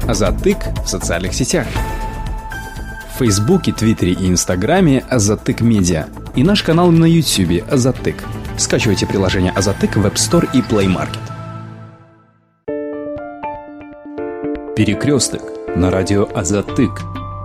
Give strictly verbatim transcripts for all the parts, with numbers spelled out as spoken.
Азатык в социальных сетях. В Фейсбуке, Твиттере и Инстаграме Азатык Медиа. И наш канал на Ютьюбе Азатык. Скачивайте приложение Азатык в App Store и Play Market. Перекресток на радио Азатык.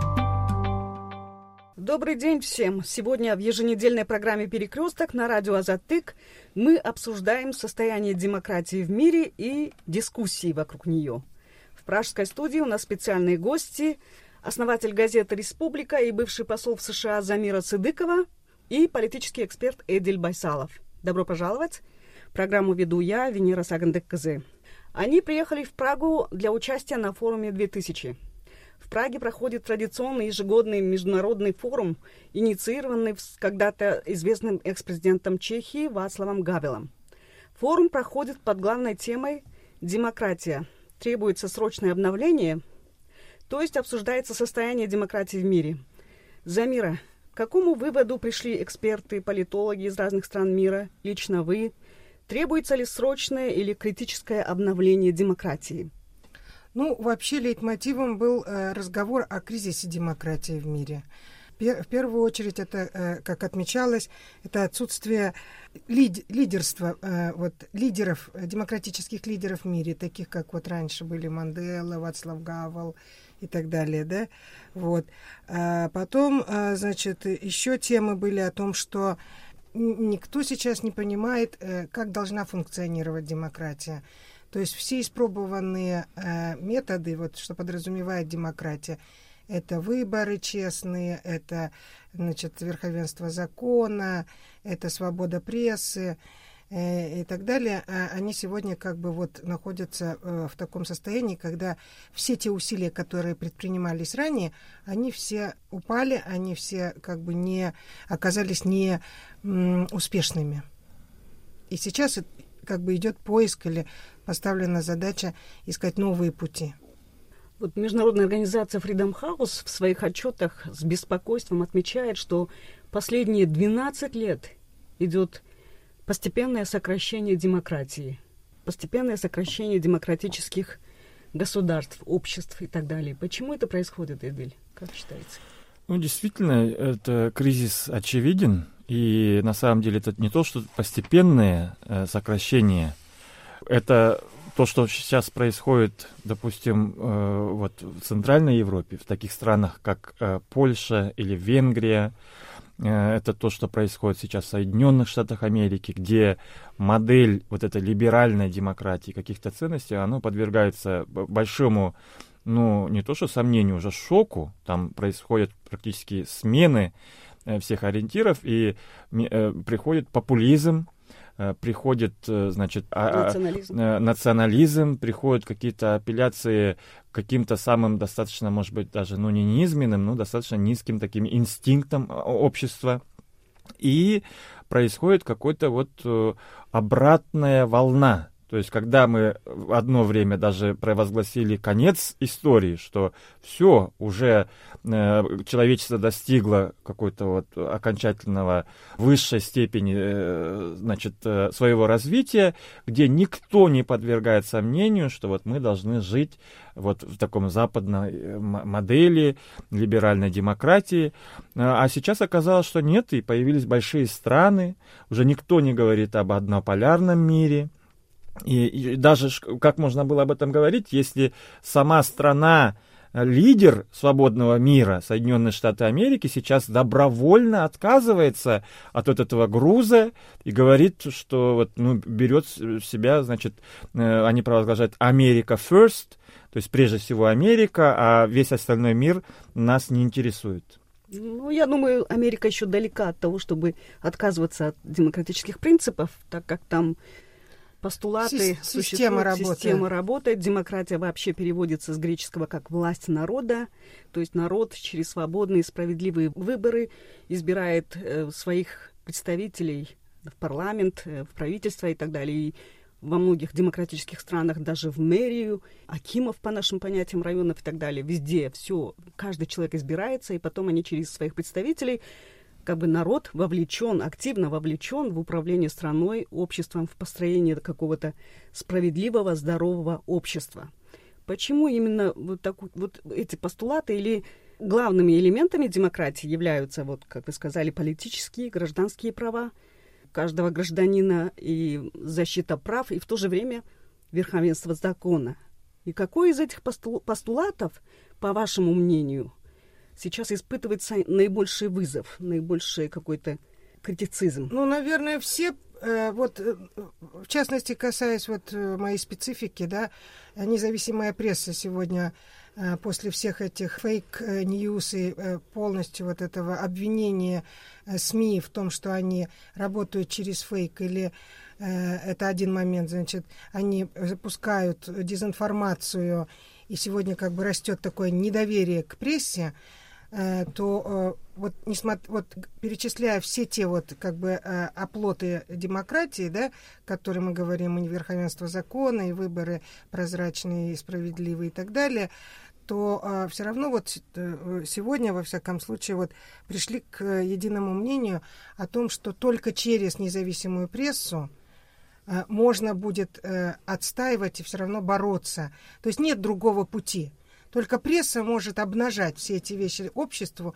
Добрый день всем! Сегодня в еженедельной программе «Перекресток» на радио Азатык мы обсуждаем состояние демократии в мире и дискуссии вокруг нее. В пражской студии у нас специальные гости, основатель газеты «Республика» и бывший посол в США Замира Цыдыкова и политический эксперт Эдиль Байсалов. Добро пожаловать! Программу веду я, Венера Сагандык-Кызы. Они приехали в Прагу для участия на форуме две тысячи. В Праге проходит традиционный ежегодный международный форум, инициированный когда-то известным экс-президентом Чехии Václavом Гавелом. Форум проходит под главной темой «Демократия. Требуется срочное обновление», то есть обсуждается состояние демократии в мире. Замира, к какому выводу пришли эксперты, политологи из разных стран мира, лично вы? Требуется ли срочное или критическое обновление демократии? Ну, вообще лейтмотивом был э, разговор о кризисе демократии в мире. Пер, в первую очередь, это, э, как отмечалось, это отсутствие лид, лидерства, э, вот, лидеров, демократических лидеров в мире, таких, как вот раньше были Мандела, Václav Гавел и так далее, да, вот. А потом, э, значит, еще темы были о том, что никто сейчас не понимает, э, как должна функционировать демократия. То есть все испробованные э, методы, вот, что подразумевает демократия, это выборы честные, это, значит, верховенство закона, это свобода прессы э, и так далее, а они сегодня как бы вот находятся э, в таком состоянии, когда все те усилия, которые предпринимались ранее, они все упали, они все как бы не оказались не м, успешными. И сейчас как бы идет поиск или поставлена задача искать новые пути. Вот международная организация Freedom House в своих отчетах с беспокойством отмечает, что последние двенадцать лет идет постепенное сокращение демократии, постепенное сокращение демократических государств, обществ и так далее. Почему это происходит, Эдиль? Как считаете? Ну, действительно, это кризис очевиден. И на самом деле это не то, что постепенное э, сокращение, это то, что сейчас происходит, допустим, э, вот в Центральной Европе, в таких странах, как э, Польша или Венгрия. Э, это то, что происходит сейчас в Соединенных Штатах Америки, где модель вот этой либеральной демократии, каких-то ценностей, она подвергается большому, ну, не то что сомнению, уже шоку. Там происходят практически смены всех ориентиров, и э, приходит популизм, э, приходит, э, значит, национализм. А, э, национализм, приходят какие-то апелляции к каким-то самым достаточно, может быть, даже, ну, не низменным, но достаточно низким таким инстинктам общества. И происходит какая-то вот э, обратная волна. То есть, когда мы в одно время даже провозгласили конец истории, что все, уже э, человечество достигло какой-то вот окончательного высшей степени э, значит, э, своего развития, где никто не подвергает сомнению, что вот мы должны жить вот в таком западной модели либеральной демократии. А сейчас оказалось, что нет, и появились большие страны, уже никто не говорит об однополярном мире. И, и даже как можно было об этом говорить, если сама страна, лидер свободного мира, Соединенные Штаты Америки, сейчас добровольно отказывается от вот этого груза и говорит, что вот, ну, берет в себя, значит, они провозглашают «Америка first», то есть прежде всего Америка, а весь остальной мир нас не интересует. Ну, я думаю, Америка еще далека от того, чтобы отказываться от демократических принципов, так как там постулаты Си- система работает. Система работает. Демократия вообще переводится с греческого как «власть народа». То есть народ через свободные и справедливые выборы избирает э, своих представителей в парламент, э, в правительство и так далее. И во многих демократических странах даже в мэрию, акимов, по нашим понятиям, районов и так далее. Везде все, каждый человек избирается, и потом они через своих представителей, как бы народ вовлечен, активно вовлечен в управление страной, обществом, в построение какого-то справедливого, здорового общества. Почему именно вот, так, вот эти постулаты или главными элементами демократии являются, вот, как вы сказали, политические, гражданские права каждого гражданина и защита прав, и в то же время верховенство закона? И какой из этих постулатов, по вашему мнению, сейчас испытывается наибольший вызов, наибольший какой-то критицизм? Ну, наверное, все, э, вот, э, в частности, касаясь вот э, моей специфики, да, независимая пресса сегодня э, после всех этих фейк-ньюс и э, полностью вот этого обвинения э, СМИ в том, что они работают через фейк или э, это один момент, значит, они запускают дезинформацию, и сегодня как бы растет такое недоверие к прессе, то вот, несмотря, вот перечисляя все те вот как бы оплоты демократии, да, которые мы говорим, и верховенство закона, и выборы прозрачные, и справедливые и так далее, то а, все равно вот сегодня, во всяком случае, вот пришли к единому мнению о том, что только через независимую прессу а, можно будет а, отстаивать и все равно бороться. То есть нет другого пути. Только пресса может обнажать все эти вещи обществу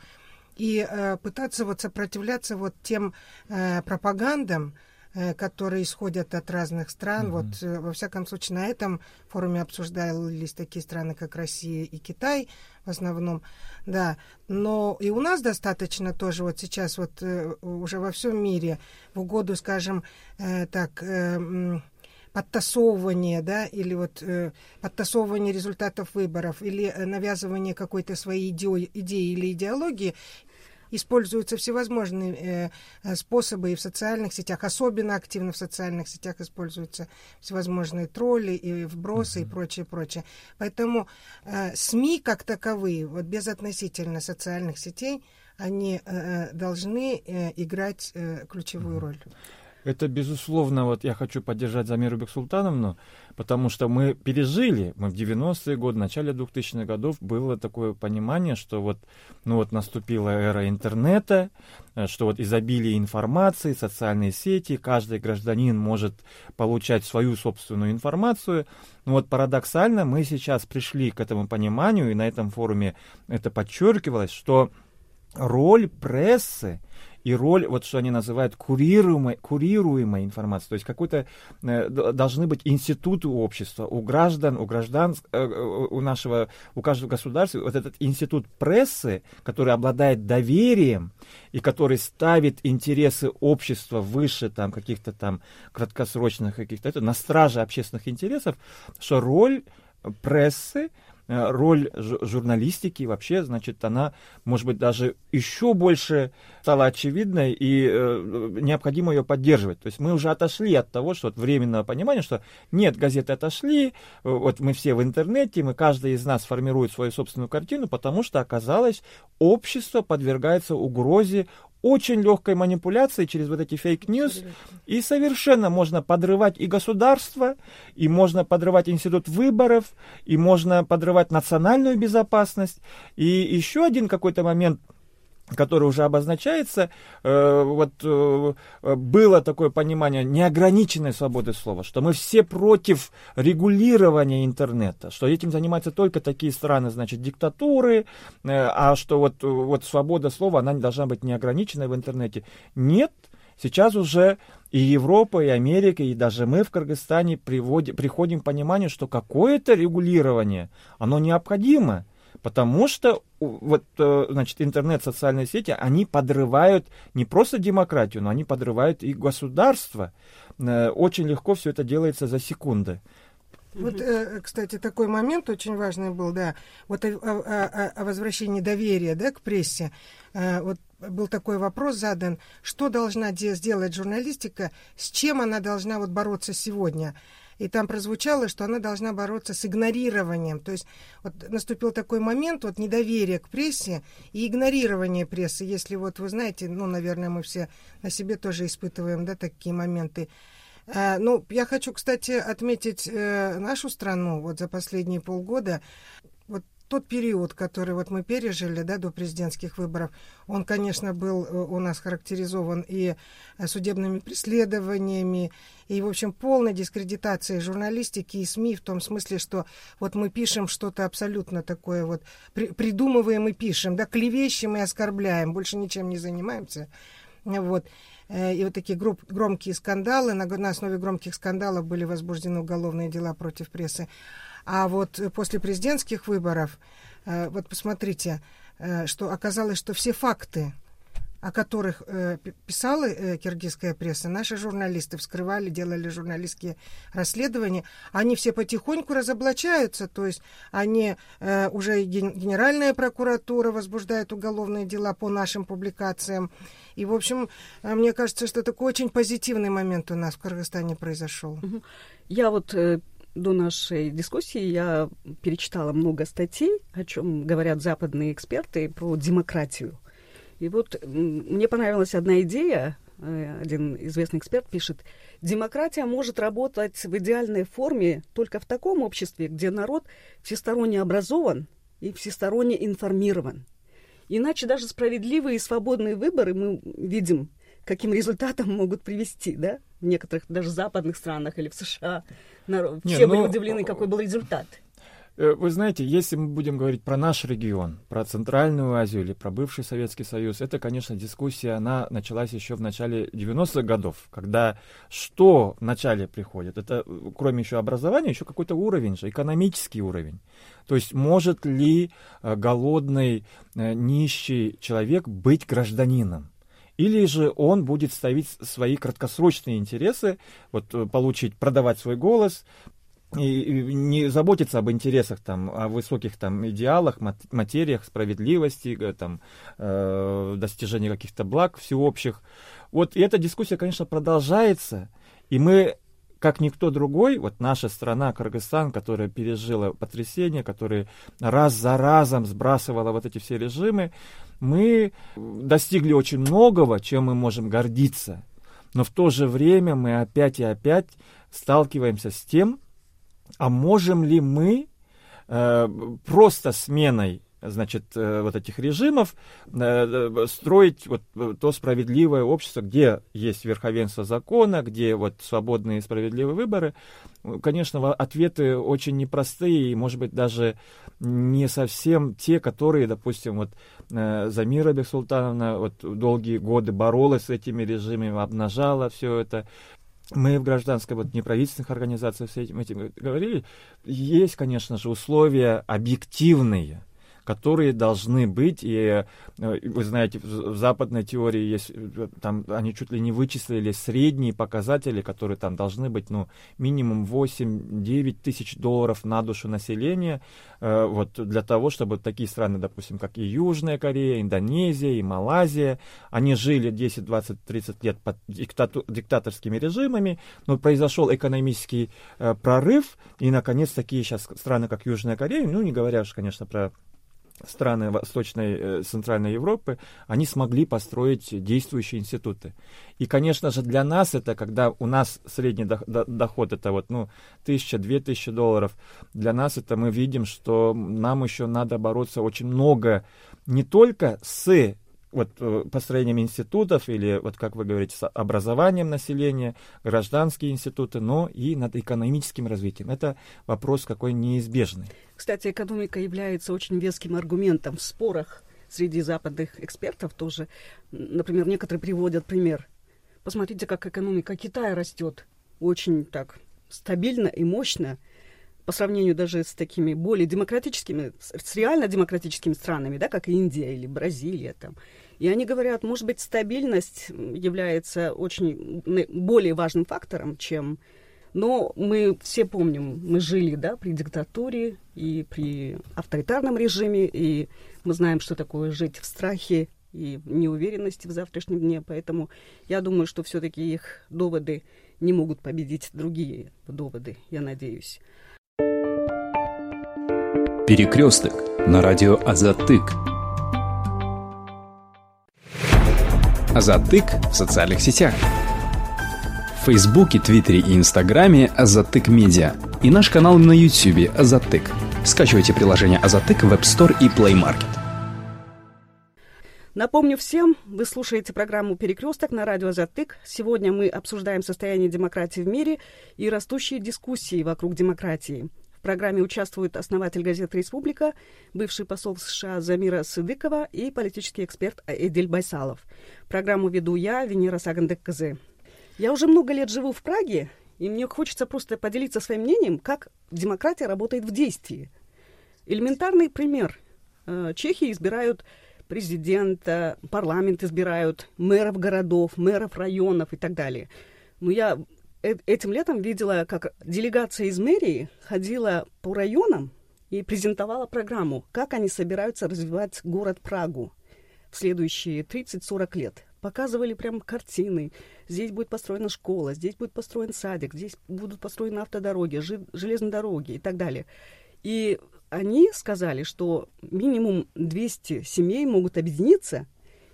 и э, пытаться вот сопротивляться вот тем э, пропагандам, э, которые исходят от разных стран. Mm-hmm. Вот, э, во всяком случае, на этом форуме обсуждались такие страны, как Россия и Китай в основном. Да. Но и у нас достаточно тоже вот сейчас вот э, уже во всем мире в угоду, скажем, э, так... Э, подтасовывание, да, или вот э, подтасовывание результатов выборов, или э, навязывание какой-то своей идеи, идеи или идеологии, используются всевозможные э, способы и в социальных сетях, особенно активно в социальных сетях используются всевозможные тролли и вбросы mm-hmm. и прочее, прочее. Поэтому э, СМИ как таковые, вот безотносительно социальных сетей, они э, должны э, играть э, ключевую mm-hmm. роль. Это, безусловно, вот я хочу поддержать Замиру Бексултановну, потому что мы пережили, мы в девяностые годы, в начале двухтысячных годов было такое понимание, что вот, ну вот наступила эра интернета, что вот изобилие информации, социальные сети, каждый гражданин может получать свою собственную информацию. Но вот парадоксально мы сейчас пришли к этому пониманию, и на этом форуме это подчеркивалось, что роль прессы и роль, вот что они называют курируемой, курируемой информации, то есть какой-то э, должны быть институты общества, у граждан, у граждан, э, у нашего, у каждого государства, вот этот институт прессы, который обладает доверием и который ставит интересы общества выше там каких-то там краткосрочных каких-то, это на страже общественных интересов, что роль прессы, роль журналистики вообще, значит, она, может быть, даже еще больше стала очевидной, и э, необходимо ее поддерживать. То есть мы уже отошли от того, что вот временного понимания, что нет, газеты отошли, вот мы все в интернете, мы, каждый из нас формирует свою собственную картину, потому что оказалось, общество подвергается угрозе очень легкой манипуляции через вот эти фейк-ньюс, и совершенно можно подрывать и государство, и можно подрывать институт выборов, и можно подрывать национальную безопасность. И еще один какой-то момент, который уже обозначается, э, вот э, было такое понимание неограниченной свободы слова, что мы все против регулирования интернета, что этим занимаются только такие страны, значит, диктатуры, э, а что вот, вот свобода слова, она не должна быть неограниченной в интернете. Нет, сейчас уже и Европа, и Америка, и даже мы в Кыргызстане приводим, приходим к пониманию, что какое-то регулирование, оно необходимо. Потому что вот, значит, интернет, социальные сети, они подрывают не просто демократию, но они подрывают и государство. Очень легко все это делается за секунды. Вот, кстати, такой момент очень важный был, да, вот о, о, о возвращении доверия, да, к прессе. Вот был такой вопрос задан, что должна сделать журналистика, с чем она должна вот бороться сегодня. И там прозвучало, что она должна бороться с игнорированием. То есть вот наступил такой момент вот недоверия к прессе и игнорирование прессы. Если вот вы знаете, ну, наверное, мы все на себе тоже испытываем, да, такие моменты. А, ну, я хочу, кстати, отметить э, нашу страну вот за последние полгода. Вот тот период, который вот мы пережили, да, до президентских выборов, он, конечно, был у нас характеризован и судебными преследованиями, и, в общем, полной дискредитацией журналистики и СМИ, в том смысле, что вот мы пишем что-то абсолютно такое вот, при, придумываем и пишем, да, клевещем и оскорбляем, больше ничем не занимаемся. Вот. И вот такие груб, громкие скандалы, на, на основе громких скандалов были возбуждены уголовные дела против прессы. А вот после президентских выборов, вот посмотрите, что оказалось, что все факты, о которых писала киргизская пресса, наши журналисты вскрывали, делали журналистские расследования, они все потихоньку разоблачаются, то есть они уже Генеральная прокуратура возбуждает уголовные дела по нашим публикациям. И, в общем, мне кажется, что такой очень позитивный момент у нас в Кыргызстане произошел. Я вот до нашей дискуссии я перечитала много статей, о чем говорят западные эксперты про демократию. И вот мне понравилась одна идея. Один известный эксперт пишет: демократия может работать в идеальной форме только в таком обществе, где народ всесторонне образован и всесторонне информирован. Иначе даже справедливые и свободные выборы, мы видим, каким результатом могут привести, да? В некоторых даже западных странах или в США. Народ, Не, все ну, были удивлены, какой был результат. Вы знаете, если мы будем говорить про наш регион, про Центральную Азию или про бывший Советский Союз, это, конечно, дискуссия, она началась еще в начале девяностых годов, когда что вначале приходит? Это, кроме еще образования, еще какой-то уровень же, экономический уровень. То есть может ли голодный, нищий человек быть гражданином? Или же он будет ставить свои краткосрочные интересы, вот получить, продавать свой голос, и не заботиться об интересах, там, о высоких там, идеалах, материях, справедливости, там, э, достижении каких-то благ всеобщих. Вот, и эта дискуссия, конечно, продолжается, и мы, как никто другой, вот наша страна, Кыргызстан, которая пережила потрясение, которая раз за разом сбрасывала вот эти все режимы, мы достигли очень многого, чем мы можем гордиться, но в то же время мы опять и опять сталкиваемся с тем, а можем ли мы э, просто сменой, значит, э, вот этих режимов э, строить вот то справедливое общество, где есть верховенство закона, где вот свободные и справедливые выборы? Конечно, ответы очень непростые и, может быть, даже не совсем те, которые, допустим, вот э, Замира Бексултановна вот долгие годы боролась с этими режимами, обнажала все это. Мы в гражданской, вот, неправительственных организациях с этим, этим говорили. Есть, конечно же, условия объективные, которые должны быть, и вы знаете, в западной теории есть, там они чуть ли не вычислили средние показатели, которые там должны быть, ну, минимум восемь-девять тысяч долларов на душу населения, э, вот для того, чтобы такие страны, допустим, как и Южная Корея, Индонезия, и Малайзия, они жили десять, двадцать, тридцать лет под диктату- диктаторскими режимами, но произошел экономический э, прорыв, и, наконец, такие сейчас страны, как Южная Корея, ну, не говоря уж, конечно, про страны Восточной, Центральной Европы, они смогли построить действующие институты. И, конечно же, для нас это, когда у нас средний доход, это вот, ну, тысяча-две тысячи долларов, для нас это мы видим, что нам еще надо бороться очень много не только с вот построением институтов или, вот как вы говорите, с образованием населения, гражданские институты, но и над экономическим развитием. Это вопрос какой неизбежный. Кстати, экономика является очень веским аргументом в спорах среди западных экспертов тоже. Например, некоторые приводят пример. Посмотрите, как экономика Китая растет. Очень так стабильно и мощно. По сравнению даже с такими более демократическими, с реально демократическими странами, да, как Индия или Бразилия. Там. И они говорят, может быть, стабильность является очень более важным фактором, чем... Но мы все помним, мы жили, да, при диктатуре и при авторитарном режиме, и мы знаем, что такое жить в страхе и в неуверенности в завтрашнем дне. Поэтому я думаю, что все-таки их доводы не могут победить другие доводы, я надеюсь. Перекресток на радио Азатык. Азатык в социальных сетях. В Фейсбуке, Твиттере и Инстаграме Азатык Медиа и наш канал на Ютьюбе Азатык. Скачивайте приложение «Азатык» в App Store и Play Market. Напомню всем, вы слушаете программу «Перекресток» на радио «Азатык». Сегодня мы обсуждаем состояние демократии в мире и растущие дискуссии вокруг демократии. В программе участвует основатель газеты «Республика», бывший посол США Замира Сыдыкова и политический эксперт Эдиль Байсалов. Программу веду я, Венера Сагандек-Кызы. Я уже много лет живу в Праге, и мне хочется просто поделиться своим мнением, как демократия работает в действии. Элементарный пример. Чехи избирают президента, парламент избирают, мэров городов, мэров районов и так далее. Но я этим летом видела, как делегация из мэрии ходила по районам и презентовала программу, как они собираются развивать город Прагу в следующие тридцать-сорок лет. Показывали прям картины. Здесь будет построена школа, здесь будет построен садик, здесь будут построены автодороги, железные дороги и так далее. И они сказали, что минимум двести семей могут объединиться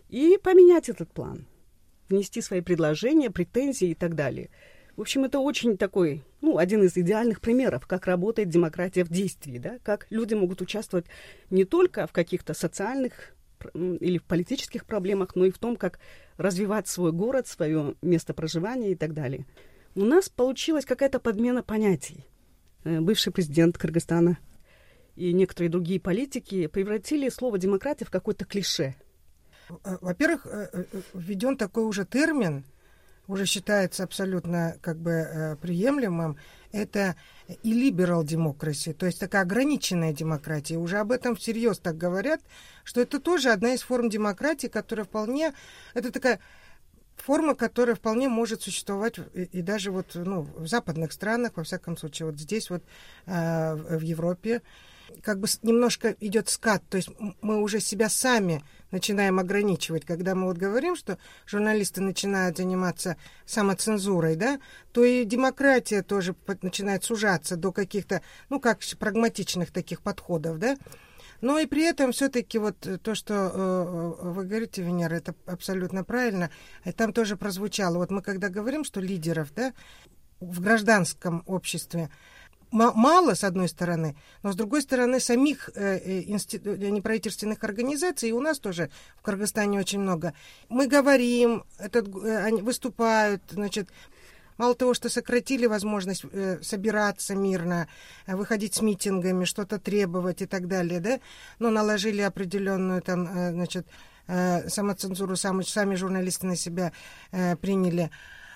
и поменять этот план, внести свои предложения, претензии и так далее. В общем, это очень такой, ну, один из идеальных примеров, как работает демократия в действии, да, как люди могут участвовать не только в каких-то социальных или в политических проблемах, но и в том, как развивать свой город, свое место проживания и так далее. У нас получилась какая-то подмена понятий. Бывший президент Кыргызстана и некоторые другие политики превратили слово «демократия» в какое-то клише. Во-первых, введен такой уже термин, уже считается абсолютно как бы приемлемым, это illiberal democracy, то есть такая ограниченная демократия. Уже об этом всерьез так говорят, что это тоже одна из форм демократии, которая вполне... Это такая форма, которая вполне может существовать и, и даже вот, ну, в западных странах, во всяком случае, вот здесь вот э, в Европе. Как бы немножко идет скат, то есть мы уже себя сами начинаем ограничивать. Когда мы вот говорим, что журналисты начинают заниматься самоцензурой, да, то и демократия тоже начинает сужаться до каких-то, ну, как прагматичных таких подходов, да. Но и при этом все-таки вот то, что э, вы говорите, Венера, это абсолютно правильно. И там тоже прозвучало. Вот мы когда говорим, что лидеров, да, в гражданском обществе мало, с одной стороны, но с другой стороны самих э, институ... неправительственных организаций, и у нас тоже в Кыргызстане очень много. Мы говорим, этот, э, они выступают, значит, мало того, что сократили возможность э, собираться мирно, э, выходить с митингами, что-то требовать и так далее, да, но наложили определенную там, э, значит, э, самоцензуру, сами, сами журналисты на себя э, приняли.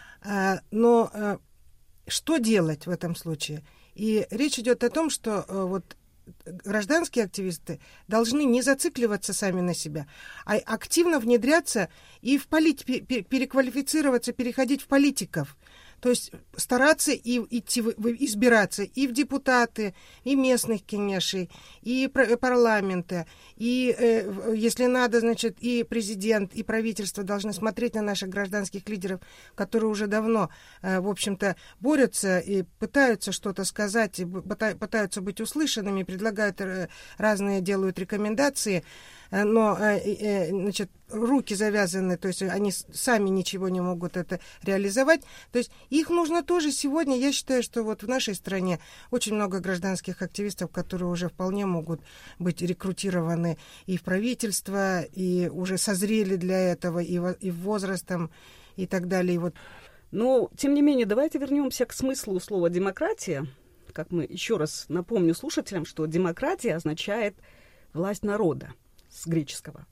Э, но э, что делать в этом случае? И речь идет о том, что э, вот гражданские активисты должны не зацикливаться сами на себя, а активно внедряться и в полит... переквалифицироваться, переходить в политиков. То есть стараться и идти, избираться и в депутаты, и местных кенешей, и парламента, и, э, если надо, значит, и президент, и правительство должны смотреть на наших гражданских лидеров, которые уже давно, э, в общем-то, борются и пытаются что-то сказать, и пытаются быть услышанными, предлагают э, разные, делают рекомендации, э, но, э, э, значит, руки завязаны, то есть они сами ничего не могут это реализовать. То есть их нужно тоже сегодня, я считаю, что вот в нашей стране очень много гражданских активистов, которые уже вполне могут быть рекрутированы и в правительство, и уже созрели для этого, и, и возрастом, и так далее. И вот. Но, тем не менее, давайте вернемся к смыслу слова «демократия». Как мы еще раз напомню слушателям, что демократия означает власть народа с греческого.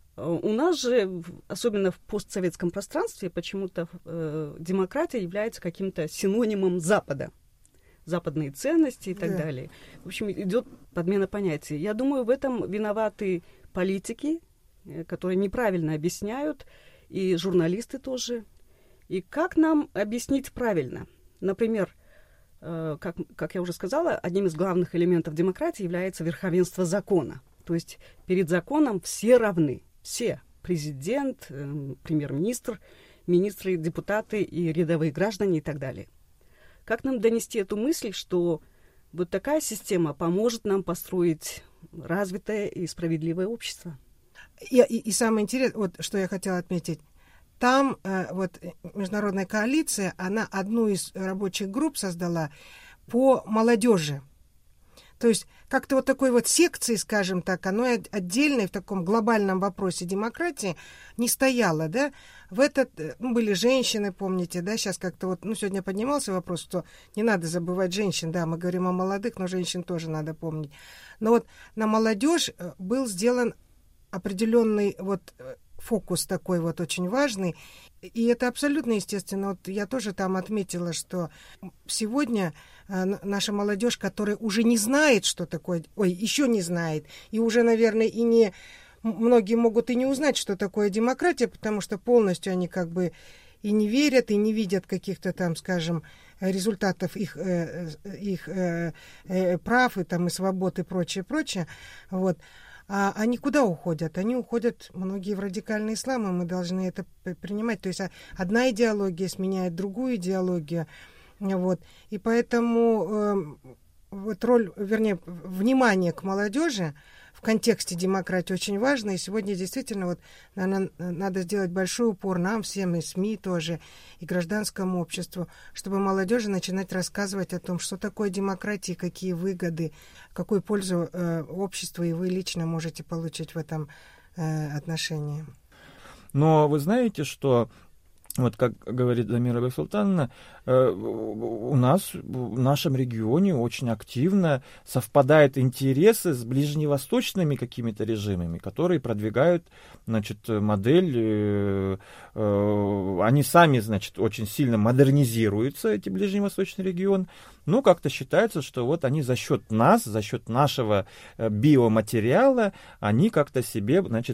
У нас же, особенно в постсоветском пространстве, почему-то э, демократия является каким-то синонимом Запада. Западные ценности и так да. далее. В общем, идет подмена понятий. Я думаю, в этом виноваты политики, э, которые неправильно объясняют, и журналисты тоже. И как нам объяснить правильно? Например, э, как, как я уже сказала, одним из главных элементов демократии является верховенство закона. То есть перед законом все равны. Все. Президент, э, премьер-министр, министры, депутаты и рядовые граждане и так далее. Как нам донести эту мысль, что вот такая система поможет нам построить развитое и справедливое общество? И, и, и самое интересное, вот что я хотела отметить, там э, вот международная коалиция, она одну из рабочих групп создала по молодежи. То есть как-то вот такой вот секции, скажем так, оно отдельной в таком глобальном вопросе демократии не стояло, да. В этот, ну, были женщины, помните, да, сейчас как-то вот, ну, сегодня поднимался вопрос, что не надо забывать женщин, да, мы говорим о молодых, но женщин тоже надо помнить. Но вот на молодежь был сделан определенный вот фокус такой вот очень важный, и это абсолютно естественно. Вот я тоже там отметила, что сегодня наша молодежь, которая уже не знает, что такое, ой, еще не знает, и уже, наверное, и не многие могут и не узнать, что такое демократия, потому что полностью они как бы и не верят, и не видят каких-то там, скажем, результатов их, их прав и там и свобод и прочее, прочее. Вот. А они куда уходят? Они уходят, многие, в радикальный ислам, и мы должны это принимать. То есть одна идеология сменяет другую идеологию. Вот. И поэтому э, вот роль, вернее, внимание к молодежи в контексте демократии очень важно. И сегодня действительно вот, наверное, надо сделать большой упор нам всем, и СМИ тоже, и гражданскому обществу, чтобы молодежи начинать рассказывать о том, что такое демократия, какие выгоды, какую пользу э, обществу и вы лично можете получить в этом э, отношении. Но вы знаете, что вот как говорит Замира Бексултановна, у нас в нашем регионе очень активно совпадают интересы с ближневосточными какими-то режимами, которые продвигают, значит, модель, они сами, значит, очень сильно модернизируются, эти ближневосточный регион, но как-то считается, что вот они за счет нас, за счет нашего биоматериала, они как-то себе, значит,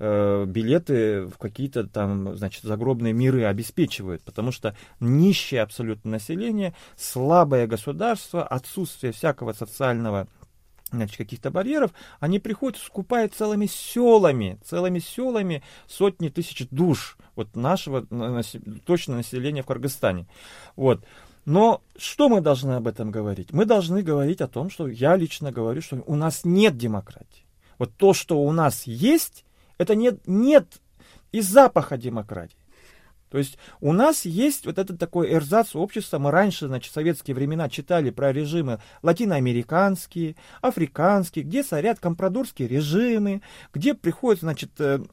билеты в какие-то там, значит, загробные миры обеспечивают, потому что нищее абсолютно население, слабое государство, отсутствие всякого социального, значит, каких-то барьеров, они приходят, скупают целыми селами, целыми селами сотни тысяч душ вот нашего точно населения в Кыргызстане. Вот. Но что мы должны об этом говорить? Мы должны говорить о том, что я лично говорю, что у нас нет демократии. Вот то, что у нас есть, это нет, нет и запаха демократии. То есть у нас есть вот этот такой эрзац общества. Мы раньше, значит, в советские времена читали про режимы латиноамериканские, африканские, где царят компрадорские режимы, где приходят, значит,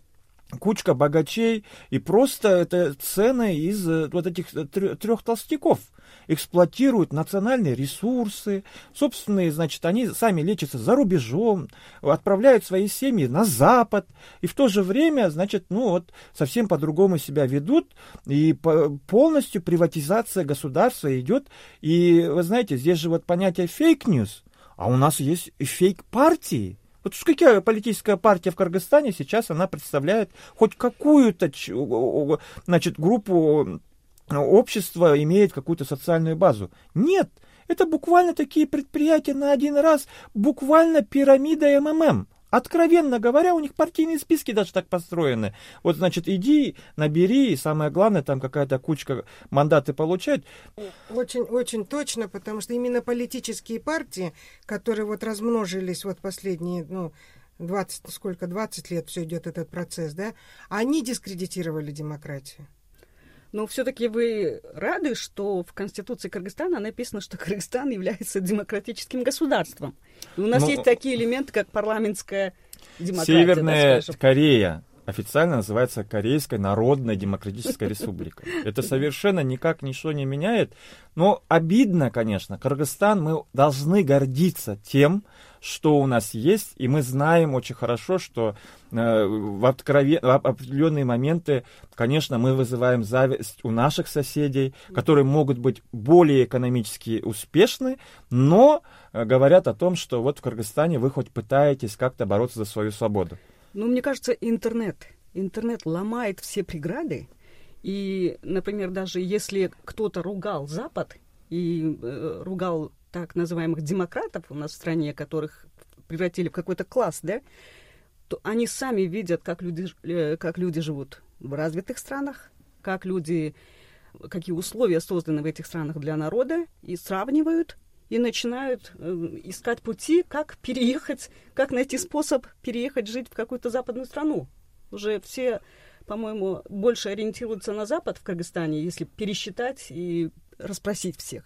кучка богачей, и просто это цены из вот этих трех толстяков. Эксплуатируют национальные ресурсы, собственные, значит, они сами лечатся за рубежом, отправляют свои семьи на Запад, и в то же время, значит, ну вот совсем по-другому себя ведут, и полностью приватизация государства идет, и вы знаете, здесь же вот понятие фейк-ньюс, а у нас есть и фейк-партии. Вот какая политическая партия в Кыргызстане сейчас, она представляет хоть какую-то, значит, группу общества, имеет какую-то социальную базу? Нет, это буквально такие предприятия на один раз, буквально пирамида эм эм эм. Откровенно говоря, у них партийные списки даже так построены. Вот, значит, иди, набери, и самое главное, там какая-то кучка мандаты получать. Очень, очень точно, потому что именно политические партии, которые вот размножились вот последние, ну, двадцать, сколько, двадцать лет все идет этот процесс, да, они дискредитировали демократию. Но все-таки вы рады, что в Конституции Кыргызстана написано, что Кыргызстан является демократическим государством. И у нас ну, есть такие элементы, как парламентская демократия. Северная да, Корея официально называется Корейская Народная Демократическая Республика. Это совершенно никак ничего не меняет. Но обидно, конечно, Кыргызстан, мы должны гордиться тем, что у нас есть, и мы знаем очень хорошо, что э, в, откровен... в определенные моменты, конечно, мы вызываем зависть у наших соседей, которые могут быть более экономически успешны, но э, говорят о том, что вот в Кыргызстане вы хоть пытаетесь как-то бороться за свою свободу. Ну, мне кажется, интернет. Интернет ломает все преграды. И, например, даже если кто-то ругал Запад и э, ругал так называемых демократов у нас в стране, которых превратили в какой-то класс, да, то они сами видят, как люди, э, как люди живут в развитых странах, как люди, какие условия созданы в этих странах для народа, и сравнивают, и начинают э, искать пути, как переехать, как найти способ переехать жить в какую-то западную страну. Уже все, по-моему, больше ориентируются на Запад в Кыргызстане, если пересчитать и расспросить всех.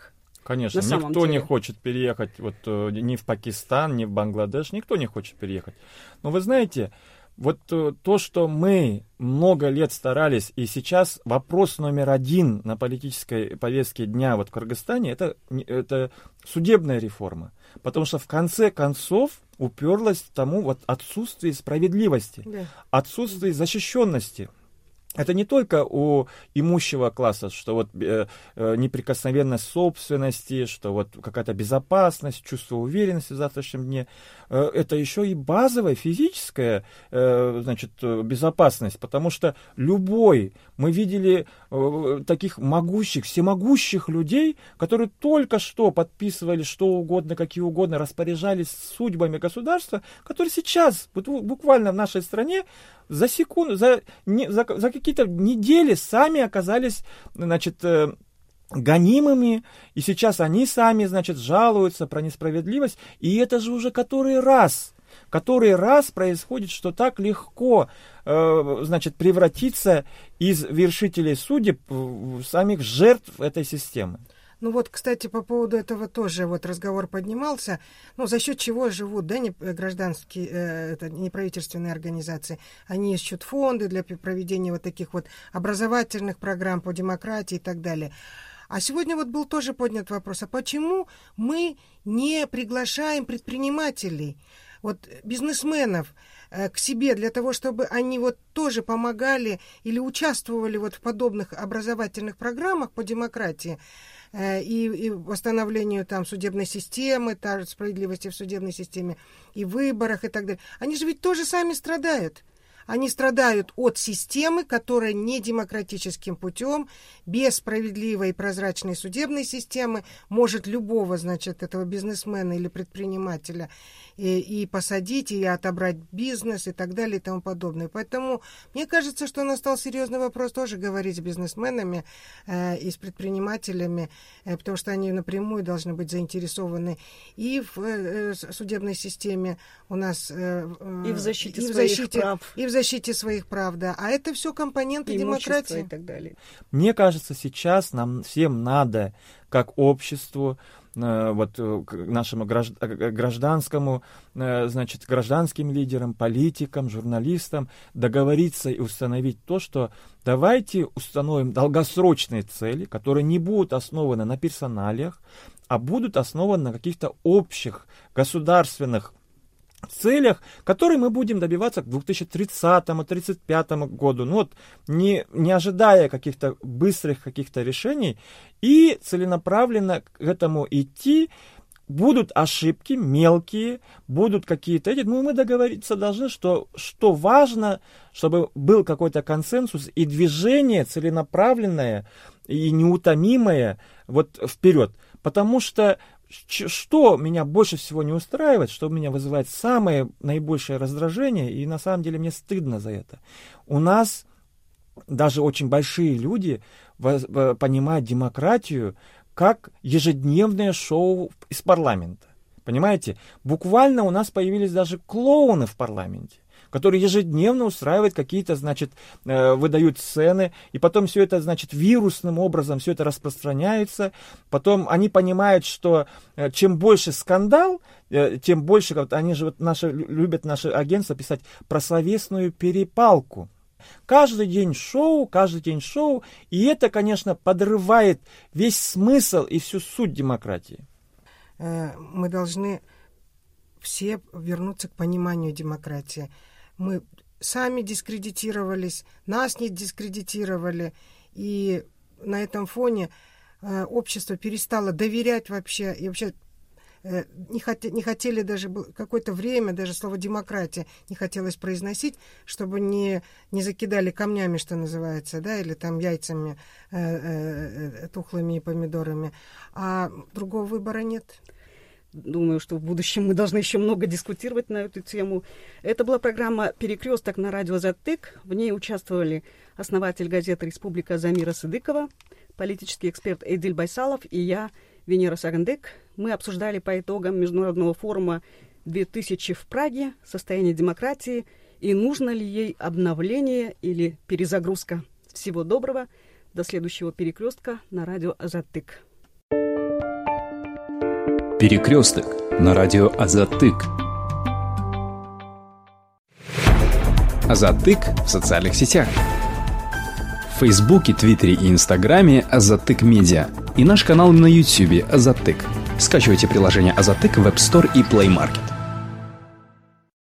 Конечно, на самом никто деле. не хочет переехать вот, ни в Пакистан, ни в Бангладеш, никто не хочет переехать. Но вы знаете, вот то, что мы много лет старались, и сейчас вопрос номер один на политической повестке дня вот в Кыргызстане, это, это судебная реформа. Потому что в конце концов уперлась к тому вот отсутствие справедливости, да. отсутствие защищенности. Это не только у имущего класса, что вот э, э, неприкосновенность собственности, что вот какая-то безопасность, чувство уверенности в завтрашнем дне. Э, это еще и базовая физическая э, значит, безопасность, потому что любой, мы видели э, таких могущих, всемогущих людей, которые только что подписывали что угодно, какие угодно, распоряжались судьбами государства, которые сейчас, вот, буквально в нашей стране, за секунду, за, не, за, за какие-то недели сами оказались, значит, э, гонимыми, и сейчас они сами, значит, жалуются про несправедливость, и это же уже который раз, который раз происходит, что так легко, э, значит, превратиться из вершителей судеб в самих жертв этой системы. Ну вот, кстати, по поводу этого тоже вот разговор поднимался. Ну, за счет чего живут, да, не, гражданские, э, это, неправительственные организации. Они ищут фонды для проведения вот таких вот образовательных программ по демократии и так далее. А сегодня вот был тоже поднят вопрос, а почему мы не приглашаем предпринимателей, вот бизнесменов э, к себе для того, чтобы они вот тоже помогали или участвовали вот в подобных образовательных программах по демократии, И, и восстановлению там судебной системы, та справедливости в судебной системе, и выборах, и так далее. Они же ведь тоже сами страдают. Они страдают от системы, которая не демократическим путем, без справедливой и прозрачной судебной системы может любого, значит, этого бизнесмена или предпринимателя и, и посадить, или отобрать бизнес и так далее и тому подобное. Поэтому мне кажется, что настал серьезный вопрос тоже говорить с бизнесменами э, и с предпринимателями, э, потому что они напрямую должны быть заинтересованы и в э, судебной системе у нас, э, и в защите и в своих защите, прав. И в защите своих прав, да. А это все компоненты демократии. И так далее. Мне кажется, сейчас нам всем надо, как обществу, вот нашему гражданскому, значит, гражданским лидерам, политикам, журналистам договориться и установить то, что давайте установим долгосрочные цели, которые не будут основаны на персоналиях, а будут основаны на каких-то общих государственных целях, которые мы будем добиваться к две тысячи тридцатому — тридцать пятому году, ну вот, не, не ожидая каких-то быстрых каких-то решений, и целенаправленно к этому идти. Будут ошибки мелкие, будут какие-то эти, ну мы договориться должны, что, что важно, чтобы был какой-то консенсус и движение целенаправленное и неутомимое вот вперед, потому что что меня больше всего не устраивает, что меня вызывает самое наибольшее раздражение, и на самом деле мне стыдно за это. У нас даже очень большие люди понимают демократию как ежедневное шоу из парламента. Понимаете? Буквально у нас появились даже клоуны в парламенте, которые ежедневно устраивают какие-то, значит, э, выдают сцены, и потом все это, значит, вирусным образом все это распространяется. Потом они понимают, что э, чем больше скандал, э, тем больше, вот, они же вот наши, любят наши агентства писать про словесную перепалку. Каждый день шоу, каждый день шоу, и это, конечно, подрывает весь смысл и всю суть демократии. Мы должны все вернуться к пониманию демократии. Мы сами дискредитировались, нас не дискредитировали, и на этом фоне э, общество перестало доверять вообще, и вообще э, не, хот- не хотели даже какое-то время, даже слово «демократия» не хотелось произносить, чтобы не, не закидали камнями, что называется, да, или там яйцами э, э, тухлыми и помидорами, а другого выбора нет. Думаю, что в будущем мы должны еще много дискутировать на эту тему. Это была программа «Перекресток» на радио «Азаттык». В ней участвовали основатель газеты «Республика» Замира Сыдыкова, политический эксперт Эдиль Байсалов и я, Венера Сагандык. Мы обсуждали по итогам Международного форума две тысячи в Праге состояние демократии и нужно ли ей обновление или перезагрузка. Всего доброго. До следующего «Перекрестка» на радио «Азаттык». Перекресток на радио Азатык. Азатык в социальных сетях. В Фейсбуке, Твиттере и Инстаграме Азатык Медиа. И наш канал на Ютьюбе Азатык. Скачивайте приложение Азатык в App Store и Play Market.